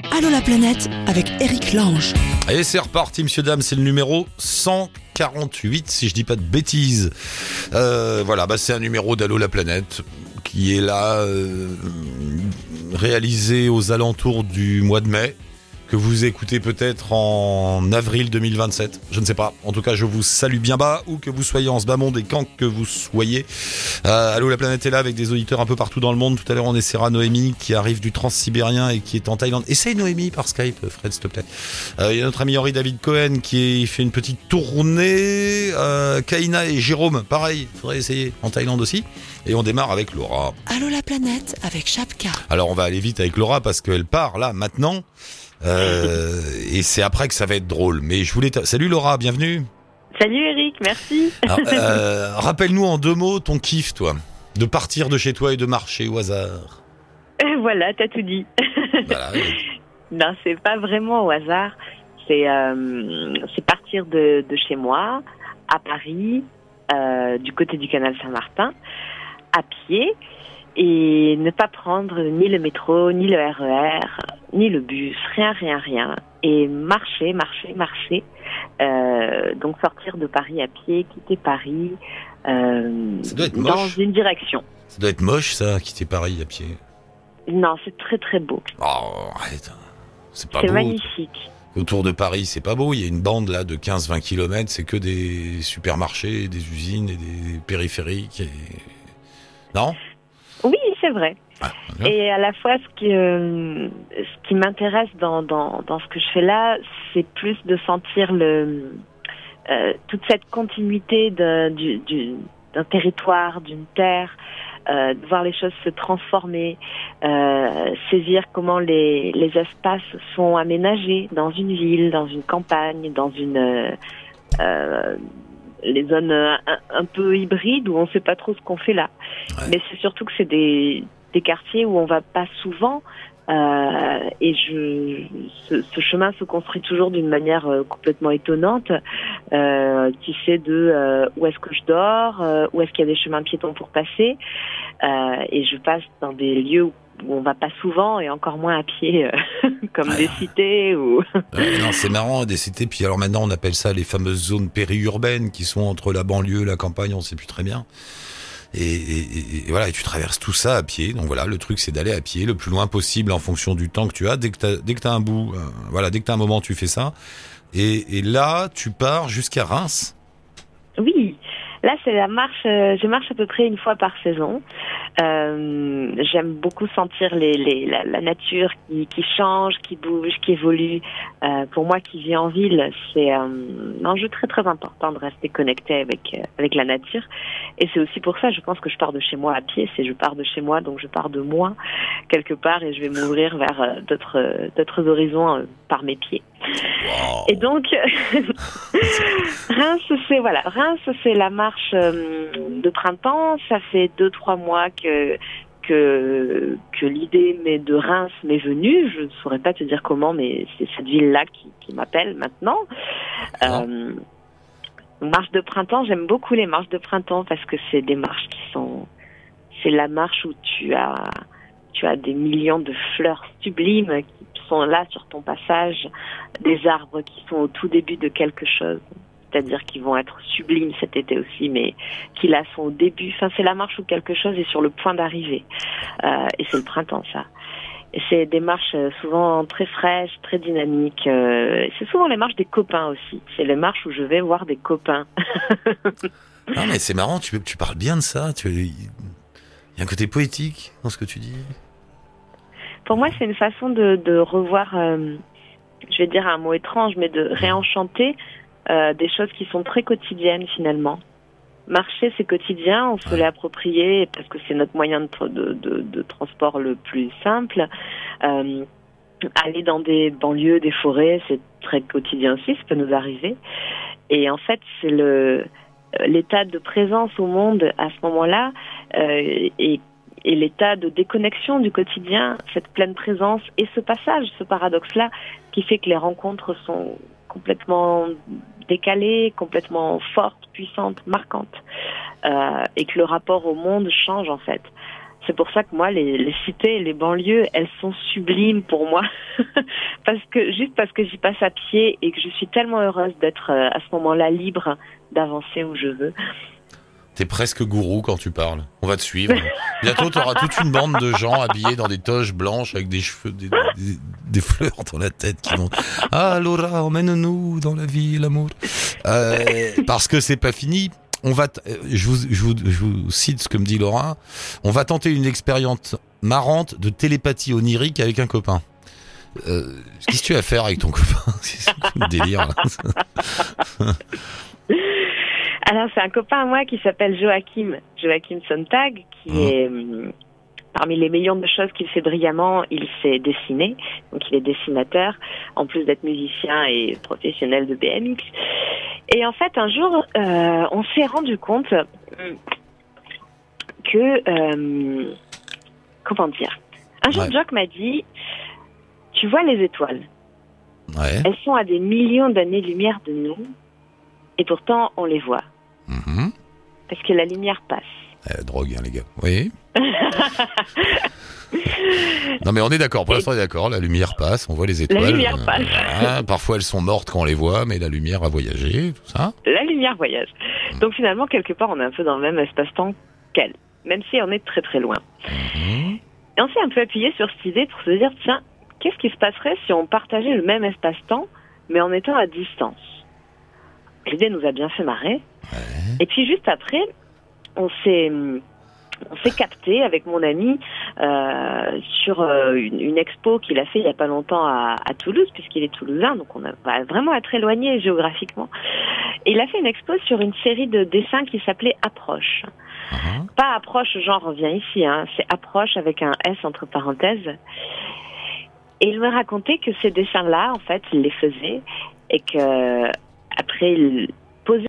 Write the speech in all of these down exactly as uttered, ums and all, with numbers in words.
Allô la planète avec Eric Lange. Et c'est reparti, messieurs, dames, c'est le numéro cent quarante-huit, si je dis pas de bêtises. Euh, voilà, bah c'est un numéro d'Allô la planète qui est là, euh, réalisé aux alentours du mois de mai, que vous écoutez peut-être en avril deux mille vingt-sept, je ne sais pas. En tout cas, je vous salue bien bas, où que vous soyez en ce bas monde et quand que vous soyez. Euh, Allô la planète est là avec des auditeurs un peu partout dans le monde. Tout à l'heure, on essaiera Noémie qui arrive du transsibérien et qui est en Thaïlande. Essaye Noémie par Skype, Fred, s'il te plaît. Euh, il y a notre ami Henri David Cohen qui fait une petite tournée. Euh, Kaina et Jérôme, pareil, il faudrait essayer en Thaïlande aussi. Et on démarre avec Laura. Allô la planète avec Chapka. Alors, on va aller vite avec Laura parce qu'elle part là, maintenant. Euh, et c'est après que ça va être drôle. Mais je voulais... Ta... Salut Laura, bienvenue. Salut Eric, merci. Alors, euh, rappelle-nous en deux mots ton kiff, toi, de partir de chez toi et de marcher au hasard. Voilà, t'as tout dit. Voilà, et... Non, c'est pas vraiment au hasard. C'est, euh, c'est partir de, de chez moi, à Paris, euh, du côté du canal Saint-Martin, à pied, et ne pas prendre ni le métro, ni le R E R, ni le bus, rien, rien, rien. Et marcher, marcher, marcher. Euh, donc sortir de Paris à pied, quitter Paris euh, Ça doit être dans moche. une direction. Ça doit être moche, ça, quitter Paris à pied. Non, c'est très très beau. Oh, arrête. C'est pas C'est beau. magnifique. Autour de Paris, c'est pas beau. Il y a une bande là de quinze à vingt kilomètres, c'est que des supermarchés, des usines et des périphériques. Et... Non ? Oui, c'est vrai. Ah, Et à la fois, ce qui, euh, ce qui m'intéresse dans, dans, dans ce que je fais là, c'est plus de sentir le, euh, toute cette continuité de, du, du, d'un territoire, d'une terre, euh, de voir les choses se transformer, euh, saisir comment les, les espaces sont aménagés dans une ville, dans une campagne, dans une... Euh, les zones un, un peu hybrides où on ne sait pas trop ce qu'on fait là. Ouais. Mais c'est surtout que c'est des, des quartiers où on va pas souvent euh, et je, ce, ce chemin se construit toujours d'une manière euh, complètement étonnante. Euh, tu sais de euh, où est-ce que je dors, euh, où est-ce qu'il y a des chemins piétons pour passer euh, et je passe dans des lieux où où on va pas souvent et encore moins à pied euh, comme ouais. des cités ou ouais, non, c'est marrant des cités, puis alors maintenant on appelle ça les fameuses zones périurbaines qui sont entre la banlieue, la campagne, on sait plus très bien. Et, et, et voilà, et tu traverses tout ça à pied. Donc voilà, le truc c'est d'aller à pied le plus loin possible en fonction du temps que tu as. Dès que t'as, dès que t'as un bout, euh, voilà, dès que t'as un moment, tu fais ça. Et, et là, tu pars jusqu'à Reims. Oui. Là, c'est la marche. Euh, je marche à peu près une fois par saison. Euh, j'aime beaucoup sentir les, les, la, la nature qui, qui change, qui bouge, qui évolue. Euh, pour moi, qui vis en ville, c'est euh, un enjeu très très important de rester connecté avec euh, avec la nature. Et c'est aussi pour ça, je pense que je pars de chez moi à pied. C'est je pars de chez moi, donc je pars de moi quelque part et je vais m'ouvrir vers euh, d'autres euh, d'autres horizons euh, par mes pieds. Wow. Et donc, Reims, c'est voilà, Reims, c'est la marche euh, de printemps. Ça fait deux trois mois que que que l'idée mais de Reims m'est venue. Je ne saurais pas te dire comment, mais c'est cette ville-là qui, qui m'appelle maintenant. Ah. Euh, marche de printemps, j'aime beaucoup les marches de printemps parce que c'est des marches qui sont, c'est la marche où tu as tu as des millions de fleurs sublimes qui sont là sur ton passage, des arbres qui sont au tout début de quelque chose, c'est-à-dire qu'ils vont être sublimes cet été aussi, mais qui là sont au début. Enfin, c'est la marche où quelque chose est sur le point d'arriver, euh, et c'est le printemps, ça. Et c'est des marches souvent très fraîches, très dynamiques. Euh, c'est souvent les marches des copains aussi. C'est les marches où je vais voir des copains. Non, mais c'est marrant, tu, tu parles bien de ça. Tu, il y a un côté poétique dans ce que tu dis. Pour moi, c'est une façon de, de revoir, euh, je vais dire un mot étrange, mais de réenchanter euh, des choses qui sont très quotidiennes finalement. Marcher, c'est quotidien, on se ouais. l'est approprié parce que c'est notre moyen de, de, de, de transport le plus simple. Euh, aller dans des banlieues, des forêts, c'est très quotidien aussi, ça peut nous arriver. Et en fait, c'est le l'état de présence au monde à ce moment-là euh, et Et l'état de déconnexion du quotidien, cette pleine présence et ce passage, ce paradoxe-là, qui fait que les rencontres sont complètement décalées, complètement fortes, puissantes, marquantes, euh, et que le rapport au monde change en fait. C'est pour ça que moi, les, les cités, les banlieues, elles sont sublimes pour moi. parce que, juste parce que j'y passe à pied et que je suis tellement heureuse d'être euh, à ce moment-là libre d'avancer où je veux. T'es presque gourou quand tu parles. On va te suivre. Bientôt, t'auras toute une bande de gens habillés dans des toges blanches avec des cheveux, des, des, des fleurs dans la tête qui vont « Ah, Laura, emmène-nous dans la vie et l'amour. Euh, » Parce que c'est pas fini. On va, t- je vous, je vous, je vous cite ce que me dit Laura. On va tenter une expérience marrante de télépathie onirique avec un copain. Euh, qu'est-ce que tu vas faire avec ton copain? C'est le délire. Là. Alors, c'est un copain à moi qui s'appelle Joachim, Joachim Sontag, qui mmh. est euh, parmi les millions de choses qu'il fait brillamment, il sait dessiner, donc il est dessinateur, en plus d'être musicien et professionnel de B M X. Et en fait, un jour, euh, on s'est rendu compte que, euh, comment dire, un jour, ouais. Jock m'a dit, tu vois les étoiles, ouais. elles sont à des millions d'années-lumière de nous, et pourtant, on les voit. Mmh. Parce que la lumière passe. Euh, drogue, hein, les gars. Oui. Non, mais on est d'accord. Pour l'instant, on est d'accord. La lumière passe, on voit les étoiles. La lumière passe. Voilà. Parfois, elles sont mortes quand on les voit, mais la lumière a voyagé, tout ça. La lumière voyage. Donc, finalement, quelque part, on est un peu dans le même espace-temps qu'elle. Même si on est très, très loin. Mmh. Et on s'est un peu appuyé sur cette idée pour se dire, tiens, qu'est-ce qui se passerait si on partageait le même espace-temps, mais en étant à distance? L'idée nous a bien fait marrer. Ouais. Et puis juste après, on s'est, on s'est capté avec mon ami euh, sur euh, une, une expo qu'il a fait il y a pas longtemps à, à Toulouse, puisqu'il est toulousain, donc on a va vraiment être éloigné géographiquement. Et il a fait une expo sur une série de dessins qui s'appelait Approche. Uh-huh. Pas Approche genre viens ici, hein, c'est Approche avec un S entre parenthèses. Et il me racontait que ces dessins-là, en fait, il les faisait et que après, il posait...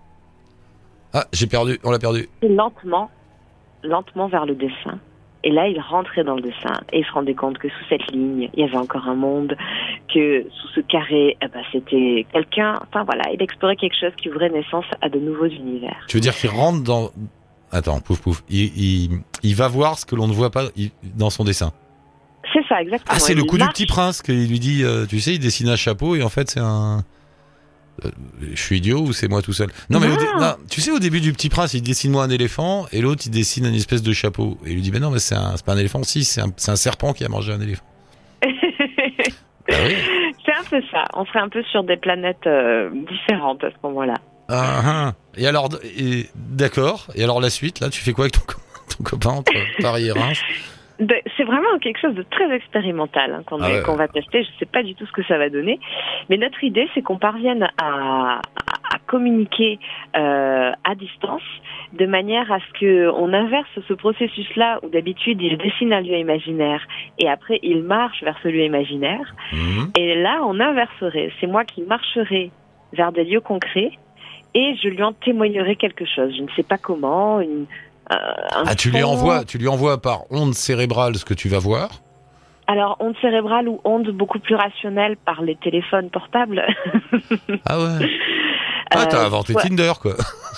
Ah, j'ai perdu, on l'a perdu. Lentement, lentement vers le dessin. Et là, il rentrait dans le dessin et il se rendait compte que sous cette ligne, il y avait encore un monde, que sous ce carré, eh ben, c'était quelqu'un... Enfin voilà, il explorait quelque chose qui ouvrait naissance à de nouveaux univers. Tu veux dire qu'il rentre dans... Attends, pouf pouf. Il, il, il va voir ce que l'on ne voit pas il, dans son dessin. C'est ça, exactement. Ah, c'est il le coup marche. du petit prince qu'il lui dit, euh, tu sais, il dessine un chapeau et en fait c'est un... Euh, je suis idiot ou c'est moi tout seul? Non, mais non. Au dé... non, tu sais, au début du Petit Prince, il dessine moi un éléphant et l'autre il dessine une espèce de chapeau. Et il lui dit, mais non, mais c'est, un... c'est pas un éléphant, si, c'est un... c'est un serpent qui a mangé un éléphant. Ah oui. C'est un peu ça. On serait un peu sur des planètes euh, différentes à ce moment-là. Ah, ah. Et alors, et... d'accord. Et alors la suite, là, tu fais quoi avec ton, co... ton copain entre Paris et Reims? De, c'est vraiment quelque chose de très expérimental hein, qu'on, ah ouais. qu'on va tester. Je ne sais pas du tout ce que ça va donner. Mais notre idée, c'est qu'on parvienne à, à, à communiquer euh, à distance de manière à ce qu'on inverse ce processus-là où d'habitude, il dessine un lieu imaginaire et après, il marche vers ce lieu imaginaire. Mmh. Et là, on inverserait. C'est moi qui marcherai vers des lieux concrets et je lui en témoignerai quelque chose. Je ne sais pas comment, une... Euh, ah, tu lui envoies, tu lui envoies par onde cérébrale ce que tu vas voir? Alors, onde cérébrale ou onde beaucoup plus rationnelle par les téléphones portables. Ah ouais. Ah, t'as euh, inventé ouais. Tinder, quoi.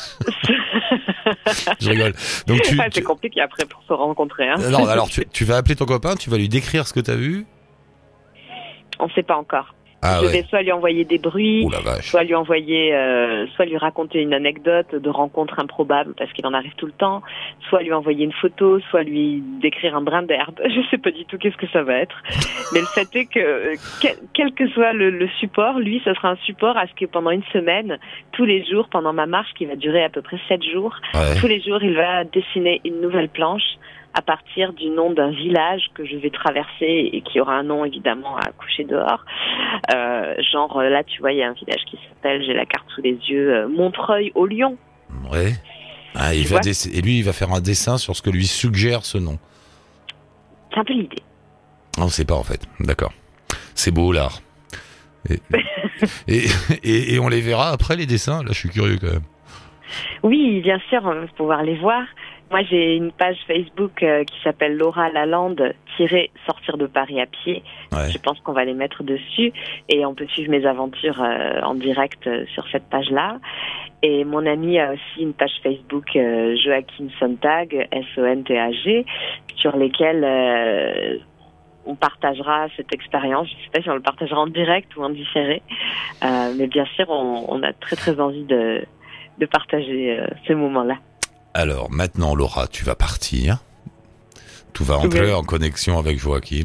Je rigole. Donc tu, ouais, c'est tu... compliqué après pour se rencontrer. Hein. Non, alors tu, tu vas appeler ton copain, tu vas lui décrire ce que t'as vu? On sait pas encore. Ah je ouais. vais soit lui envoyer des bruits, Ouh, soit lui envoyer, euh, soit lui raconter une anecdote de rencontre improbable parce qu'il en arrive tout le temps, soit lui envoyer une photo, soit lui décrire un brin d'herbe. Je sais pas du tout qu'est-ce que ça va être. Mais le fait est que, quel, quel que soit le, le support, lui, ce sera un support à ce que pendant une semaine, tous les jours, pendant ma marche qui va durer à peu près sept jours, ouais. tous les jours, il va dessiner une nouvelle planche à partir du nom d'un village que je vais traverser et qui aura un nom évidemment à coucher dehors. Euh, genre là, tu vois, il y a un village qui s'appelle, j'ai la carte sous les yeux, euh, Montreuil au Lyon. Ouais. Ah, il va dess- et lui, il va faire un dessin sur ce que lui suggère ce nom. C'est un peu l'idée. On ne sait pas en fait. D'accord. C'est beau l'art. Et, et, et, et on les verra après les dessins. Là, je suis curieux quand même. Oui, bien sûr, on va pouvoir les voir. moi, j'ai une page Facebook euh, qui s'appelle Laura Lalande, sortir de Paris à pied. Ouais. Je pense qu'on va les mettre dessus et on peut suivre mes aventures euh, en direct euh, sur cette page-là. Et mon ami a aussi une page Facebook euh, Joachim Sontag, S O N T A G, sur lesquelles euh, on partagera cette expérience. Je ne sais pas si on le partagera en direct ou en différé, euh, mais bien sûr, on, on a très très envie de, de partager euh, ce moment-là. Alors maintenant, Laura, tu vas partir. Tu vas entrer oui. en connexion avec Joachim.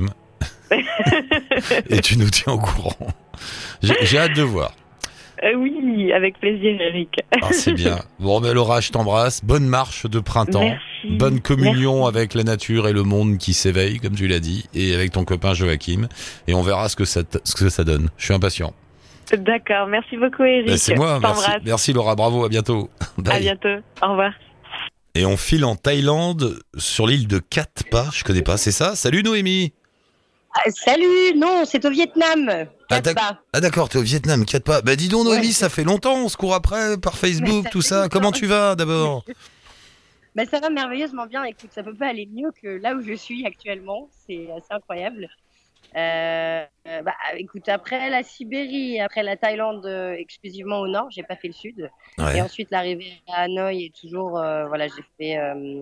Et tu nous tiens au courant. J'ai, j'ai hâte de voir. Euh, oui, avec plaisir, Eric. Ah, c'est bien. Bon, ben Laura, je t'embrasse. Bonne marche de printemps. Merci. Bonne communion Merci. avec la nature et le monde qui s'éveille, comme tu l'as dit, et avec ton copain Joachim. Et on verra ce que ça, t- ce que ça donne. Je suis impatient. D'accord. Merci beaucoup, Eric. Ben, c'est moi. Merci. Merci, Laura. Bravo. À bientôt. Bye. À bientôt. Au revoir. Et on file en Thaïlande, sur l'île de Kat Pa. Je connais pas, c'est ça? Salut Noémie. Ah, salut, non, c'est au Vietnam. Ah, d'ac- ah d'accord, t'es au Vietnam, Kat Pa. Bah dis donc Noémie, ouais. Ça fait longtemps, on se court après par Facebook, ça tout ça. Longtemps. Comment tu vas d'abord? Bah ça va merveilleusement bien. Écoute, ça peut pas aller mieux que là où je suis actuellement. C'est assez incroyable. Euh, bah, écoute, après la Sibérie, après la Thaïlande euh, exclusivement au nord, j'ai pas fait le sud. Ouais. Et ensuite l'arrivée à Hanoï et toujours, euh, voilà, j'ai fait euh,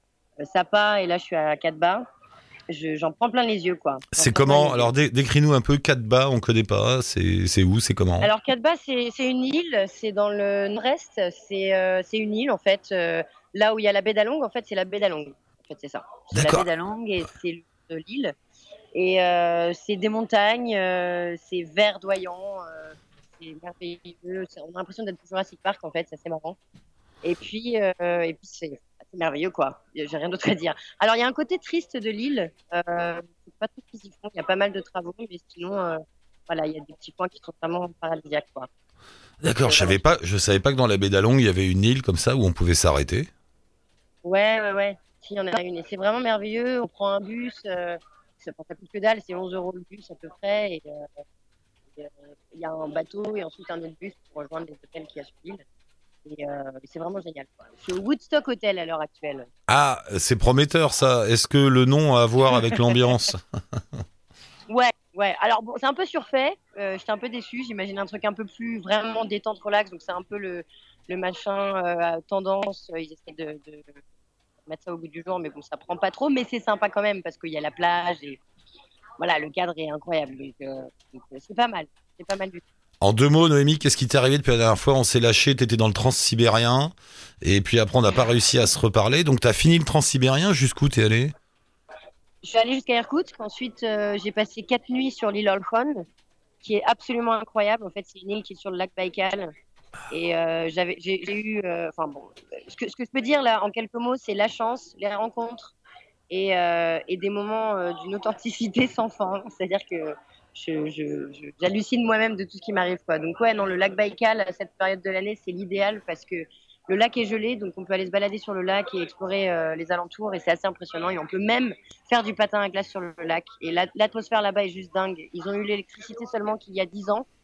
Sapa et là je suis à Cat Ba. Je, j'en prends plein les yeux, quoi. J'en c'est comment? Alors dé- décris-nous un peu Cat Ba, on connaît pas. C'est, c'est où? C'est comment? Alors Cat Ba, c'est, c'est une île, c'est dans le nord-est. C'est, euh, c'est une île en fait. Euh, là où il y a la baie d'Along, en fait, c'est la baie d'Along. En fait, c'est ça. C'est D'accord. La baie d'Along et c'est le, l'île. Et euh, c'est des montagnes, euh, c'est verdoyant, euh, c'est merveilleux. C'est, on a l'impression d'être au Jurassic Park en fait, c'est assez marrant. Et puis, euh, et puis c'est, c'est merveilleux quoi. J'ai rien d'autre à dire. Alors il y a un côté triste de l'île. Euh, c'est pas tout ce qu'ils y font. Il y a pas mal de travaux, mais sinon, euh, voilà, il y a des petits points qui sont vraiment paradisiaques quoi. D'accord. Je savais pas, je savais pas que dans la baie d'Along il y avait une île comme ça où on pouvait s'arrêter. Ouais, ouais, ouais. Si, il y en a une. Et c'est vraiment merveilleux. On prend un bus. Euh, Ça ne coûte que dalle, c'est onze euros le bus à peu près. Et il euh, y, y a un bateau et ensuite un autre bus pour rejoindre les hôtels qu'il y a sur l'île. Et, euh, et c'est vraiment génial, quoi. Je suis au Woodstock Hotel à l'heure actuelle. Ah, c'est prometteur ça. Est-ce que le nom a à voir avec l'ambiance? Ouais, ouais. Alors bon, c'est un peu surfait. Euh, j'étais un peu déçue. J'imagine un truc un peu plus vraiment détente, relax. Donc c'est un peu le, le machin euh, à tendance. Ils essaient de, de mettre ça au bout du jour, mais bon, ça prend pas trop, mais c'est sympa quand même parce qu'il y a la plage et voilà, le cadre est incroyable. Donc, euh, donc c'est pas mal, c'est pas mal du tout. En deux mots, Noémie, qu'est-ce qui t'est arrivé depuis la dernière fois? On s'est lâché, t'étais dans le transsibérien, et puis après on n'a pas réussi à se reparler. Donc t'as fini le transsibérien, jusqu'où t'es allé? Je suis allée jusqu'à Irkoutsk. Ensuite, euh, j'ai passé quatre nuits sur l'île Olkhon, qui est absolument incroyable. En fait, c'est une île qui est sur le lac Baïkal. Et euh, j'avais, j'ai, j'ai eu, enfin euh, bon, ce que, ce que je peux dire là en quelques mots, c'est la chance, les rencontres et, euh, et des moments euh, d'une authenticité sans fin. C'est-à-dire que je, je, je, j'hallucine moi-même de tout ce qui m'arrive, quoi. Donc ouais, non, le lac Baïkal, à cette période de l'année, c'est l'idéal parce que le lac est gelé, donc on peut aller se balader sur le lac et explorer euh, les alentours et c'est assez impressionnant. Et on peut même faire du patin à glace sur le lac. Et la, l'atmosphère là-bas est juste dingue. Ils ont eu l'électricité seulement qu'il y a dix ans.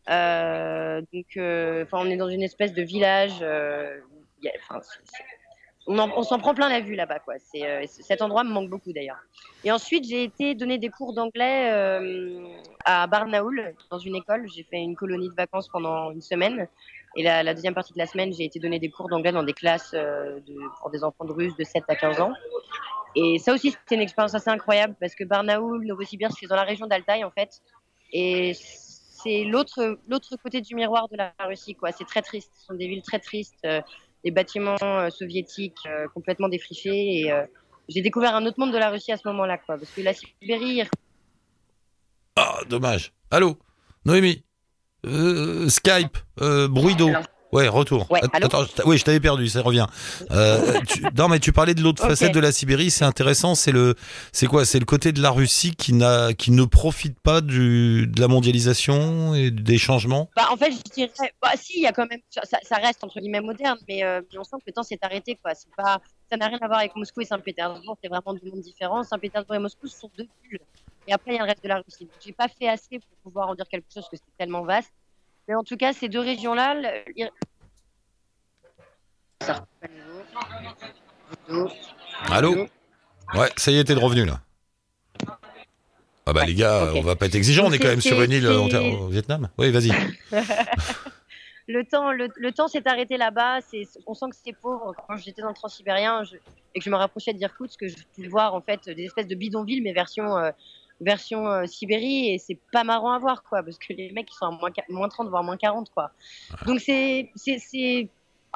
Euh, donc, euh, on est dans une espèce de village. Euh, y a, c'est, c'est, on, en, on s'en prend plein la vue là-bas, quoi. C'est, euh, cet endroit me manque beaucoup d'ailleurs. Et ensuite, j'ai été donner des cours d'anglais euh, à Barnaoul dans une école. J'ai fait une colonie de vacances pendant une semaine. Et la, la deuxième partie de la semaine, j'ai été donner des cours d'anglais dans des classes euh, de, pour des enfants de Russes de sept à quinze ans. Et ça aussi, c'était une expérience assez incroyable parce que Barnaoul, Novosibirsk, c'est dans la région d'Altaï en fait. Et c'est l'autre, l'autre côté du miroir de la Russie, quoi. C'est très triste. Ce sont des villes très tristes, euh, des bâtiments euh, soviétiques euh, complètement défrichés. Et euh, j'ai découvert un autre monde de la Russie à ce moment-là, quoi. Parce que la Sibérie. Ah, dommage. Allô, Noémie. Euh, Skype, euh, bruit d'eau. Ouais, retour. Ouais, Attends, je oui, je t'avais perdu, ça revient. Euh, tu, non, mais tu parlais de l'autre okay. facette de la Sibérie, c'est intéressant. C'est le, c'est quoi? C'est le côté de la Russie qui n'a, qui ne profite pas du, de la mondialisation et des changements. Bah, en fait, je dirais, bah, si, il y a quand même, ça, ça reste entre guillemets moderne, mais, euh, mais on sent que le temps s'est arrêté, quoi. C'est pas, ça n'a rien à voir avec Moscou et Saint-Pétersbourg. C'est vraiment deux mondes différents. Saint-Pétersbourg et Moscou ce sont deux bulles. Et après, il y a le reste de la Russie. Donc, j'ai pas fait assez pour pouvoir en dire quelque chose, parce que c'est tellement vaste. Mais en tout cas, ces deux régions-là. Le... Allô. Allô. Ouais, ça y est, t'es de revenu là. Ah bah Ouais, les gars, ok. on va pas être exigeants, Donc, on est quand c'est- même sur c'est- une île c'est- au, au Vietnam. Oui, vas-y. Le temps, le, le temps s'est arrêté là-bas. C'est, on sent que c'est pauvre. Quand j'étais dans le transsibérien je, et que je me rapprochais d'Irkoutsk, que je pouvais voir en fait des espèces de bidonvilles, mais version, euh, version euh, Sibérie, et c'est pas marrant à voir, quoi, parce que les mecs ils sont à moins, moins trente, voire moins quarante, quoi. Donc c'est, c'est, c'est,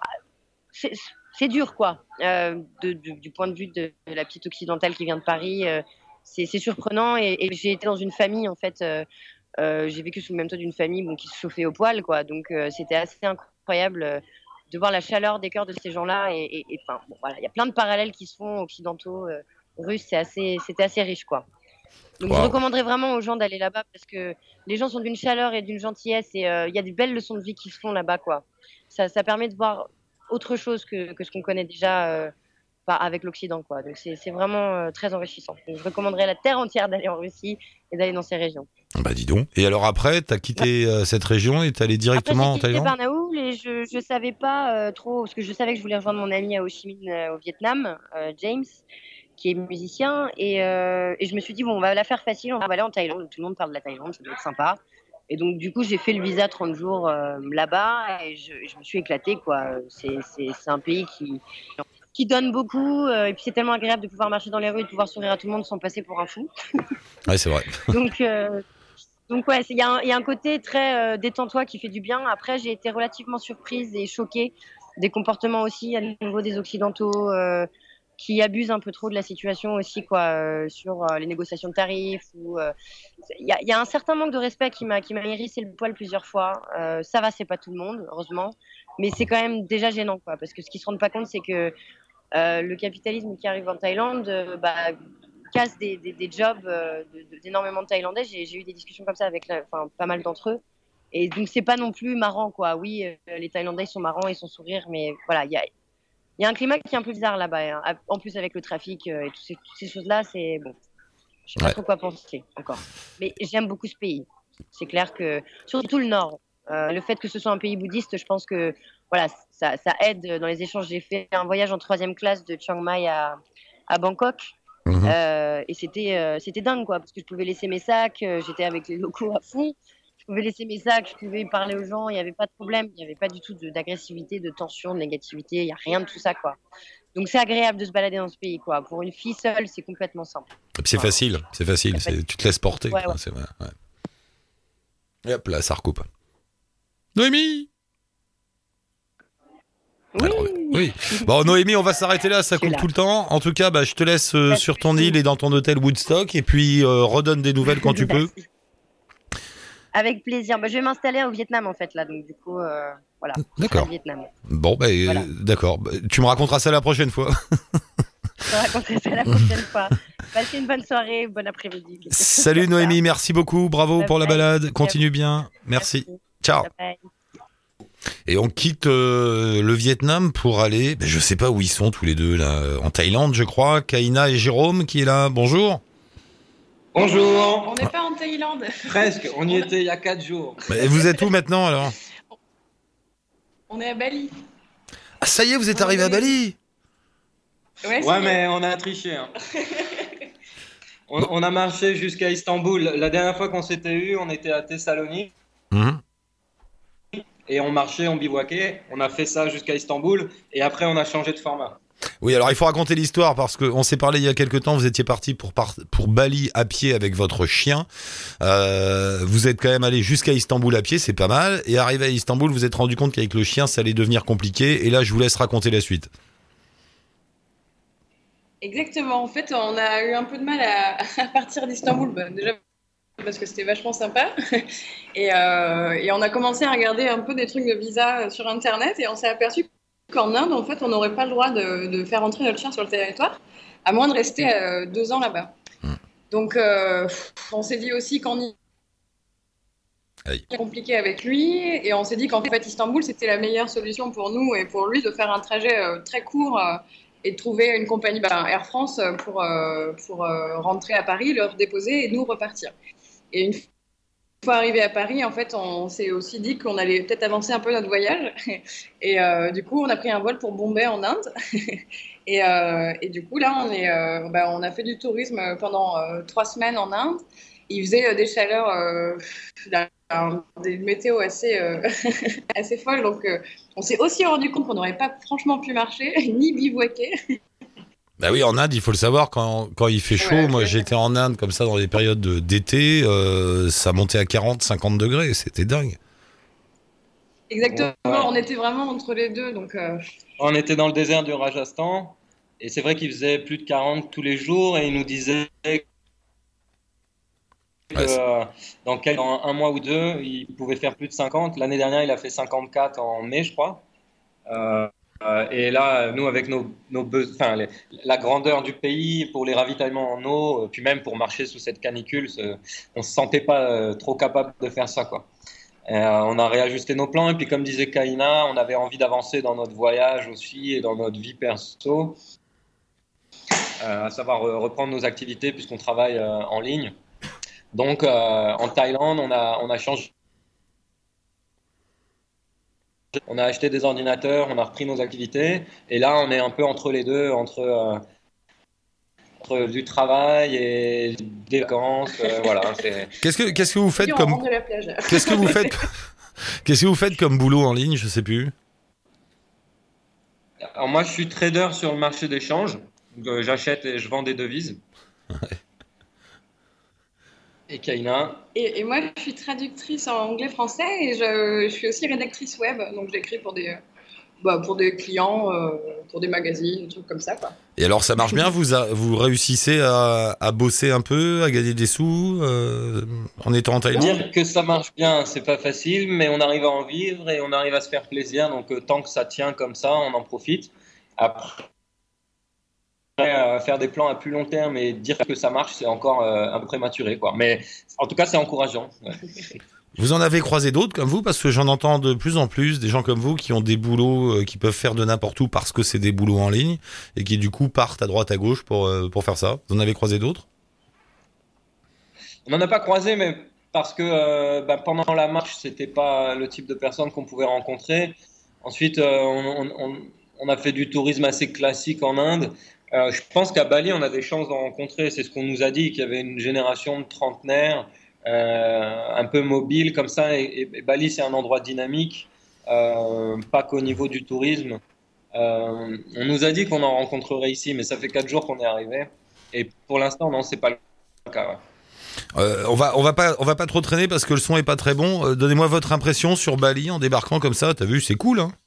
c'est, c'est dur, quoi. Euh, de, de, du point de vue de la petite occidentale qui vient de Paris, euh, c'est, c'est surprenant. Et, et j'ai été dans une famille, en fait. Euh, euh, j'ai vécu sous le même toit d'une famille bon, qui se chauffait au poil, quoi. Donc euh, c'était assez incroyable euh, de voir la chaleur des cœurs de ces gens-là. Et, et, et enfin, bon, voilà, il y a plein de parallèles qui se font occidentaux, euh, russes. C'est assez, c'était assez riche, quoi. Donc je Waouh. recommanderais vraiment aux gens d'aller là-bas parce que les gens sont d'une chaleur et d'une gentillesse et euh, il y a des belles leçons de vie qui se font là-bas, quoi. Ça, ça permet de voir autre chose que, que ce qu'on connaît déjà euh, pas avec l'Occident, quoi. Donc c'est, c'est vraiment euh, très enrichissant. Donc, je recommanderais à la terre entière d'aller en Russie et d'aller dans ces régions. Bah dis donc. Et alors après, t'as quitté euh, cette région et t'es allé Après, directement j'ai en quitté Thaïlande? Barnaoul et je je savais pas euh, trop parce que je savais que je voulais rejoindre mon ami à Ho Chi Minh euh, au Vietnam, euh, James, qui est musicien et, euh, et je me suis dit bon on va la faire facile, on va aller en Thaïlande. Tout le monde parle de la Thaïlande, ça doit être sympa. Et donc du coup j'ai fait le visa trente jours euh, là-bas et je, je me suis éclatée, quoi. C'est c'est c'est un pays qui qui donne beaucoup euh, et puis c'est tellement agréable de pouvoir marcher dans les rues et de pouvoir sourire à tout le monde sans passer pour un fou. Ouais, c'est vrai. Donc euh, Donc ouais, il y, y a un côté très euh, détends-toi qui fait du bien. Après, j'ai été relativement surprise et choquée des comportements aussi à niveau des Occidentaux euh, qui abusent un peu trop de la situation aussi, quoi, euh, sur euh, les négociations de tarifs. Ou euh, il y, a, y a un certain manque de respect qui m'a qui m'a hérissé le poil plusieurs fois. Euh, ça va, c'est pas tout le monde, heureusement, mais c'est quand même déjà gênant, quoi, parce que ce qu'ils se rendent pas compte, c'est que euh, le capitalisme qui arrive en Thaïlande, euh, bah, casse des, des, des jobs euh, de, de, d'énormément de Thaïlandais. J'ai, j'ai eu des discussions comme ça avec la, enfin, pas mal d'entre eux. Et donc, c'est pas non plus marrant, quoi. Oui, euh, les Thaïlandais, ils sont marrants, ils sont sourires, mais voilà, il y a, y a un climat qui est un peu bizarre là-bas. Hein. En plus, avec le trafic euh, et toutes ces, toutes ces choses-là, c'est bon. Je sais pas Ouais. trop quoi penser encore. Mais j'aime beaucoup ce pays. C'est clair que, surtout le Nord, euh, le fait que ce soit un pays bouddhiste, je pense que voilà, ça, ça aide dans les échanges. J'ai fait un voyage en troisième classe de Chiang Mai à, à Bangkok. Mhm. Euh, et c'était, euh, c'était dingue, quoi, parce que je pouvais laisser mes sacs, euh, j'étais avec les locaux à fond, je pouvais laisser mes sacs, je pouvais parler aux gens, il n'y avait pas de problème, il n'y avait pas du tout de, d'agressivité, de tension, de négativité, il n'y a rien de tout ça, quoi. Donc c'est agréable de se balader dans ce pays, quoi. Pour une fille seule, c'est complètement simple. Et puis c'est Enfin, facile, c'est facile. C'est, tu te laisses porter. Ouais, quoi, ouais. C'est vrai. Ouais. Et hop là, ça recoupe. Noémie. Oui. Alors, oui. Bon, Noémie, on va s'arrêter là, ça Je suis coupe là. tout le temps. En tout cas, bah, je te laisse euh, Pas sur de ton soucis. île et dans ton hôtel Woodstock, et puis euh, redonne des nouvelles quand tu peux. Merci. Avec plaisir. Bah, je vais m'installer au Vietnam, en fait, là. Donc, du coup, euh, voilà. ce sera D'accord. le Vietnam. Bon, bah, euh, Voilà. d'accord. Bah, tu me raconteras ça la prochaine fois. Je te raconterai ça la prochaine fois. Passez une bonne soirée, bon après-midi. Salut Noémie, merci beaucoup, bravo Bye pour la bye. balade, continue bien, merci. Ciao. Bye bye. Et on quitte euh, le Vietnam pour aller, ben, je sais pas où ils sont tous les deux là, en Thaïlande je crois. Kaina et Jérôme qui est là, bonjour. Bonjour. On n'est pas en Thaïlande. Presque, on y était il y a quatre jours. Ben, vous êtes où maintenant alors? On est à Bali. Ah ça y est, vous êtes arrivé à Bali? Ouais, Ouais, mais on a triché. Hein. on, on a marché jusqu'à Istanbul. La dernière fois qu'on s'était eu, on était à Thessalonique Mhm. et on marchait, on bivouaquait. On a fait ça jusqu'à Istanbul et après on a changé de format. Oui, alors il faut raconter l'histoire parce qu'on s'est parlé il y a quelques temps, vous étiez parti pour, par- pour Bali à pied avec votre chien. Euh, vous êtes quand même allé jusqu'à Istanbul à pied, c'est pas mal. Et arrivé à Istanbul, vous vous êtes rendu compte qu'avec le chien, ça allait devenir compliqué. Et là, je vous laisse raconter la suite. Exactement. En fait, on a eu un peu de mal à, à partir d'Istanbul. Bah, déjà parce que c'était vachement sympa. Et, euh, et on a commencé à regarder un peu des trucs de visa sur Internet et on s'est aperçu qu'en Inde, en fait, on n'aurait pas le droit de, de faire entrer notre chien sur le territoire, à moins de rester euh, deux ans là-bas. Mmh. Donc, euh, on s'est dit aussi qu'en Aïe. c'est compliqué avec lui, et on s'est dit qu'en fait, Istanbul, c'était la meilleure solution pour nous et pour lui de faire un trajet euh, très court euh, et de trouver une compagnie, bah, Air France, pour, euh, pour euh, rentrer à Paris, le redéposer et nous repartir. Et une fois arrivé à Paris, en fait, on s'est aussi dit qu'on allait peut-être avancer un peu notre voyage. Et euh, du coup, on a pris un vol pour Bombay en Inde. et, euh, et du coup, là, on, est, euh, bah, on a fait du tourisme pendant euh, trois semaines en Inde. Il faisait euh, des chaleurs, euh, des météos assez, euh, assez folles. Donc, euh, on s'est aussi rendu compte qu'on n'aurait pas franchement pu marcher, ni bivouaquer. Bah oui, en Inde, il faut le savoir, quand, quand il fait chaud, Ouais, moi ouais. j'étais en Inde comme ça dans les périodes de- d'été, euh, ça montait à quarante, cinquante degrés, c'était dingue. Exactement, Ouais. on était vraiment entre les deux. Donc, euh, On était dans le désert du Rajasthan et c'est vrai qu'il faisait plus de quarante tous les jours et il nous disait que Ouais, c'est- euh, dans, quel- dans un mois ou deux, il pouvait faire plus de cinquante. L'année dernière, il a fait cinquante-quatre en mai, je crois. Euh, euh, et là, nous, avec nos, nos besoins, enfin, les- la grandeur du pays pour les ravitaillements en eau, euh, puis même pour marcher sous cette canicule, c'est- on se sentait pas euh, trop capable de faire ça, quoi. Euh, on a réajusté nos plans et puis comme disait Kaina, on avait envie d'avancer dans notre voyage aussi et dans notre vie perso, euh, à savoir euh, reprendre nos activités puisqu'on travaille euh, en ligne. Donc euh, en Thaïlande, on a, on a changé, on a acheté des ordinateurs, on a repris nos activités et là on est un peu entre les deux, entre, euh, entre du travail et des vacances. euh, voilà, c'est... Qu'est-ce que, qu'est-ce que vous faites on comme, rentre de la plage. qu'est-ce que vous faites, qu'est-ce que vous faites comme boulot en ligne, je sais plus. Alors moi je suis trader sur le marché d'échange, donc, euh, j'achète et je vends des devises. Et Kaina, Et, et moi, je suis traductrice en anglais-français et je, je suis aussi rédactrice web. Donc, j'écris pour des, bah, pour des clients, euh, pour des magazines, des trucs comme ça, quoi. Et alors ça marche bien, vous, a- vous réussissez à, à bosser un peu, à gagner des sous, euh, en étant en Thaïlande? dire que ça marche bien, c'est pas facile, mais on arrive à en vivre et on arrive à se faire plaisir. Donc euh, tant que ça tient comme ça, on en profite. Après, euh, faire des plans à plus long terme et dire que ça marche, c'est encore euh, un peu prématuré, quoi. Mais en tout cas, c'est encourageant. Ouais. Vous en avez croisé d'autres comme vous? Parce que j'en entends de plus en plus, des gens comme vous qui ont des boulots, euh, qui peuvent faire de n'importe où parce que c'est des boulots en ligne, et qui du coup partent à droite à gauche pour, euh, pour faire ça. Vous en avez croisé d'autres? On n'en a pas croisé, mais parce que euh, bah, pendant la marche, c'était pas le type de personne qu'on pouvait rencontrer. Ensuite, euh, on, on, on a fait du tourisme assez classique en Inde. Euh, je pense qu'à Bali, on a des chances d'en rencontrer. C'est ce qu'on nous a dit, qu'il y avait une génération de trentenaires, euh, un peu mobiles comme ça. Et, et, et Bali, c'est un endroit dynamique, euh, pas qu'au niveau du tourisme. Euh, on nous a dit qu'on en rencontrerait ici, mais ça fait quatre jours qu'on est arrivé. Et pour l'instant, non, c'est pas le cas. Ouais. Euh, on va, on va pas, on va pas trop traîner parce que le son est pas très bon. Euh, donnez-moi votre impression sur Bali en débarquant comme ça. T'as vu, c'est cool, hein?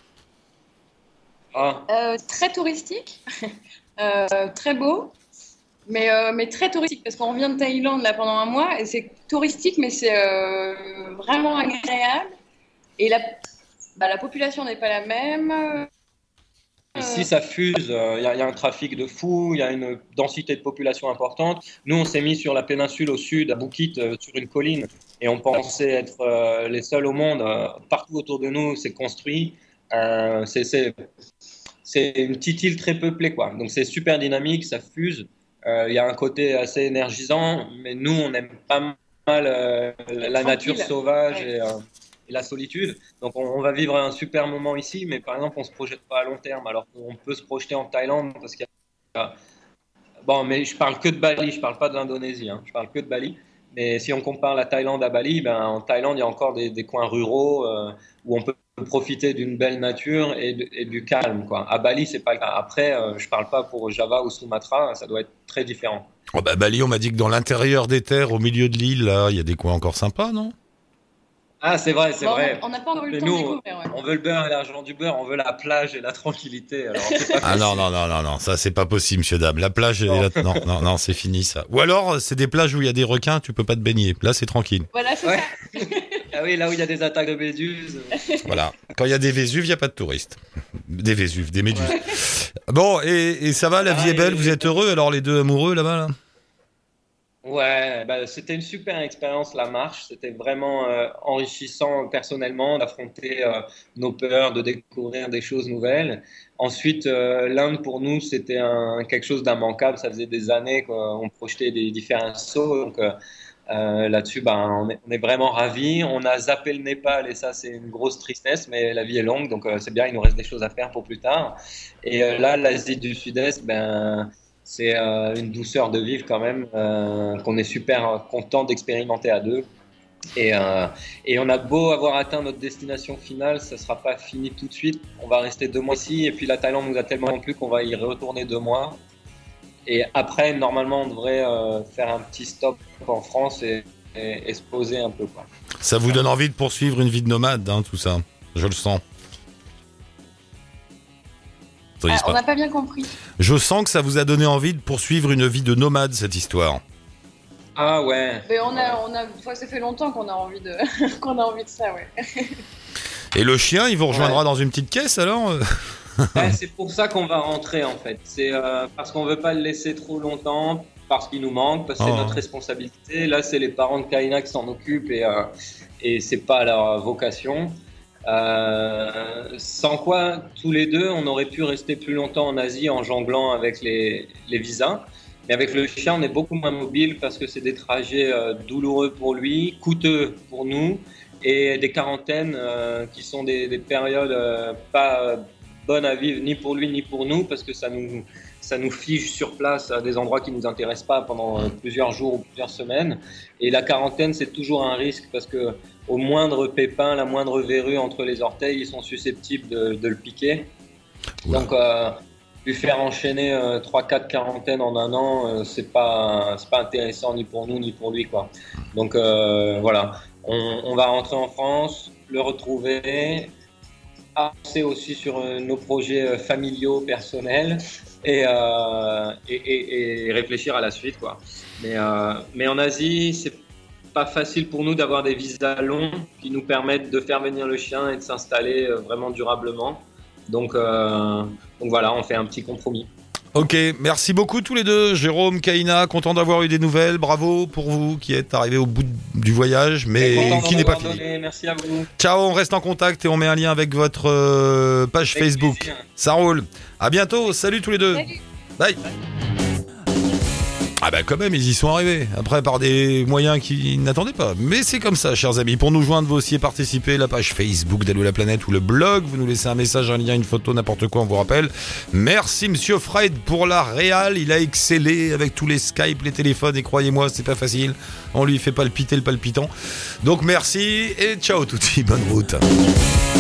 Ah, Euh, très touristique, euh, très beau, mais, euh, mais très touristique parce qu'on vient de Thaïlande là pendant un mois et c'est touristique, mais c'est euh, vraiment agréable. Et la, bah, la population n'est pas la même. ici, ça fuse. Il euh, y, a, y a un trafic de fou. Il y a une densité de population importante. Nous, on s'est mis sur la péninsule au sud, à Bukit, euh, sur une colline, et on pensait être euh, les seuls au monde. Euh, partout autour de nous, c'est construit. Euh, c'est, c'est, c'est une petite île très peuplée, quoi. Donc, c'est super dynamique, ça fuse. Il euh, y a un côté assez énergisant, mais nous, on aime pas mal euh, la nature sauvage ouais. et, euh, et la solitude. Donc, on, on va vivre un super moment ici, mais par exemple, on se projette pas à long terme, alors qu'on peut se projeter en Thaïlande parce qu'il y a... Bon, mais je parle que de Bali, je parle pas de l'Indonésie, hein. Je parle que de Bali. Mais si on compare la Thaïlande à Bali, ben, en Thaïlande, il y a encore des, des coins ruraux euh, où on peut profiter d'une belle nature et, de, et du calme, quoi. À Bali, c'est pas le cas. Après, euh, je parle pas pour Java ou Sumatra, ça doit être très différent. Oh bah Bali, on m'a dit que dans l'intérieur des terres, au milieu de l'île, là, il y a des coins encore sympas, non? Ah, c'est vrai, c'est Bon, vrai. On n'a pas encore eu le Mais temps nous, de découvrir. Ouais. on veut le beurre et l'argent du beurre, on veut la plage et la tranquillité. Alors, c'est pas Ah non, non, non, non, non, ça c'est pas possible, monsieur dame. La plage, elle est là... non, non, non, c'est fini ça. Ou alors, c'est des plages où il y a des requins, tu peux pas te baigner. Là, c'est tranquille. Voilà, c'est Ouais. ça. Ah oui, là où il y a des attaques de méduses. Voilà. Quand il y a des Vésuves, il n'y a pas de touristes. Des Vésuves, des méduses. Bon, et, et ça va, la vie Ah, est belle, et- vous êtes heureux, alors les deux amoureux là-bas, là? Ouais, bah, c'était une super expérience la marche. C'était vraiment euh, enrichissant personnellement d'affronter euh, nos peurs, de découvrir des choses nouvelles. Ensuite, euh, l'Inde pour nous c'était un, quelque chose d'immanquable. Ça faisait des années qu'on projetait des différents sauts. Donc, euh, Euh, là-dessus, ben, on est, on est vraiment ravis. On a zappé le Népal et ça, c'est une grosse tristesse, mais la vie est longue, donc euh, c'est bien, il nous reste des choses à faire pour plus tard. Et euh, là, l'Asie du Sud-Est, ben, c'est euh, une douceur de vivre quand même, euh, qu'on est super content d'expérimenter à deux. Et, euh, et on a beau avoir atteint notre destination finale, ça ne sera pas fini tout de suite. On va rester deux mois ici, et puis la Thaïlande nous a tellement plu qu'on va y retourner deux mois. Et après, normalement, on devrait euh, faire un petit stop en France et, et, et se poser un peu, quoi. Ça vous donne envie de poursuivre une vie de nomade, hein, tout ça. Je le sens. Ah, on n'a pas bien compris. Je sens que ça vous a donné envie de poursuivre une vie de nomade, cette histoire. Ah ouais. Mais on a, on a, enfin, ça fait longtemps qu'on a envie de, qu'on a envie de ça, ouais. Et le chien, il vous rejoindra ouais. dans une petite caisse alors? Ouais, c'est pour ça qu'on va rentrer en fait. C'est euh, parce qu'on veut pas le laisser trop longtemps, parce qu'il nous manque, parce que c'est oh. notre responsabilité. Là, c'est les parents de Kaina qui s'en occupent et euh, et c'est pas leur vocation. Euh, sans quoi, tous les deux, on aurait pu rester plus longtemps en Asie en jonglant avec les les visas. Mais avec le chien, on est beaucoup moins mobile parce que c'est des trajets euh, douloureux pour lui, coûteux pour nous, et des quarantaines euh, qui sont des, des périodes euh, pas euh, bonnes à vivre ni pour lui ni pour nous parce que ça nous, ça nous fige sur place à des endroits qui ne nous intéressent pas pendant euh, plusieurs jours ou plusieurs semaines. Et la quarantaine, c'est toujours un risque parce que au moindre pépin, la moindre verrue entre les orteils, ils sont susceptibles de, de le piquer. Oula. Donc, euh, lui faire enchaîner euh, trois quatre quarantaines en un an, euh, c'est pas c'est pas intéressant ni pour nous ni pour lui, quoi. Donc euh, voilà, on, on va rentrer en France, le retrouver, avancer aussi sur euh, nos projets euh, familiaux, personnels et, euh, et, et, et réfléchir à la suite, quoi. Mais euh, mais en Asie, c'est pas facile pour nous d'avoir des visas longs qui nous permettent de faire venir le chien et de s'installer euh, vraiment durablement. Donc, euh, donc voilà, on fait un petit compromis. Ok, merci beaucoup tous les deux, Jérôme, Kaina, content d'avoir eu des nouvelles, bravo pour vous qui êtes arrivés au bout du voyage, mais qui n'est pas fini. Donné. Merci à vous. Ciao, on reste en contact et on met un lien avec votre euh, page avec Facebook. Plaisir. Ça roule. À bientôt, salut tous les deux. Salut. Bye. Ah bah quand même, ils y sont arrivés. Après, par des moyens qu'ils n'attendaient pas. Mais c'est comme ça, chers amis. Pour nous joindre, vous aussi participer la page Facebook d'Allô la planète ou le blog. Vous nous laissez un message, un lien, une photo, n'importe quoi, on vous rappelle. Merci Monsieur Fred pour la réal. Il a excellé avec tous les Skype, les téléphones. Et croyez-moi, c'est pas facile. On lui fait palpiter le palpitant. Donc merci et ciao touti, bonne route.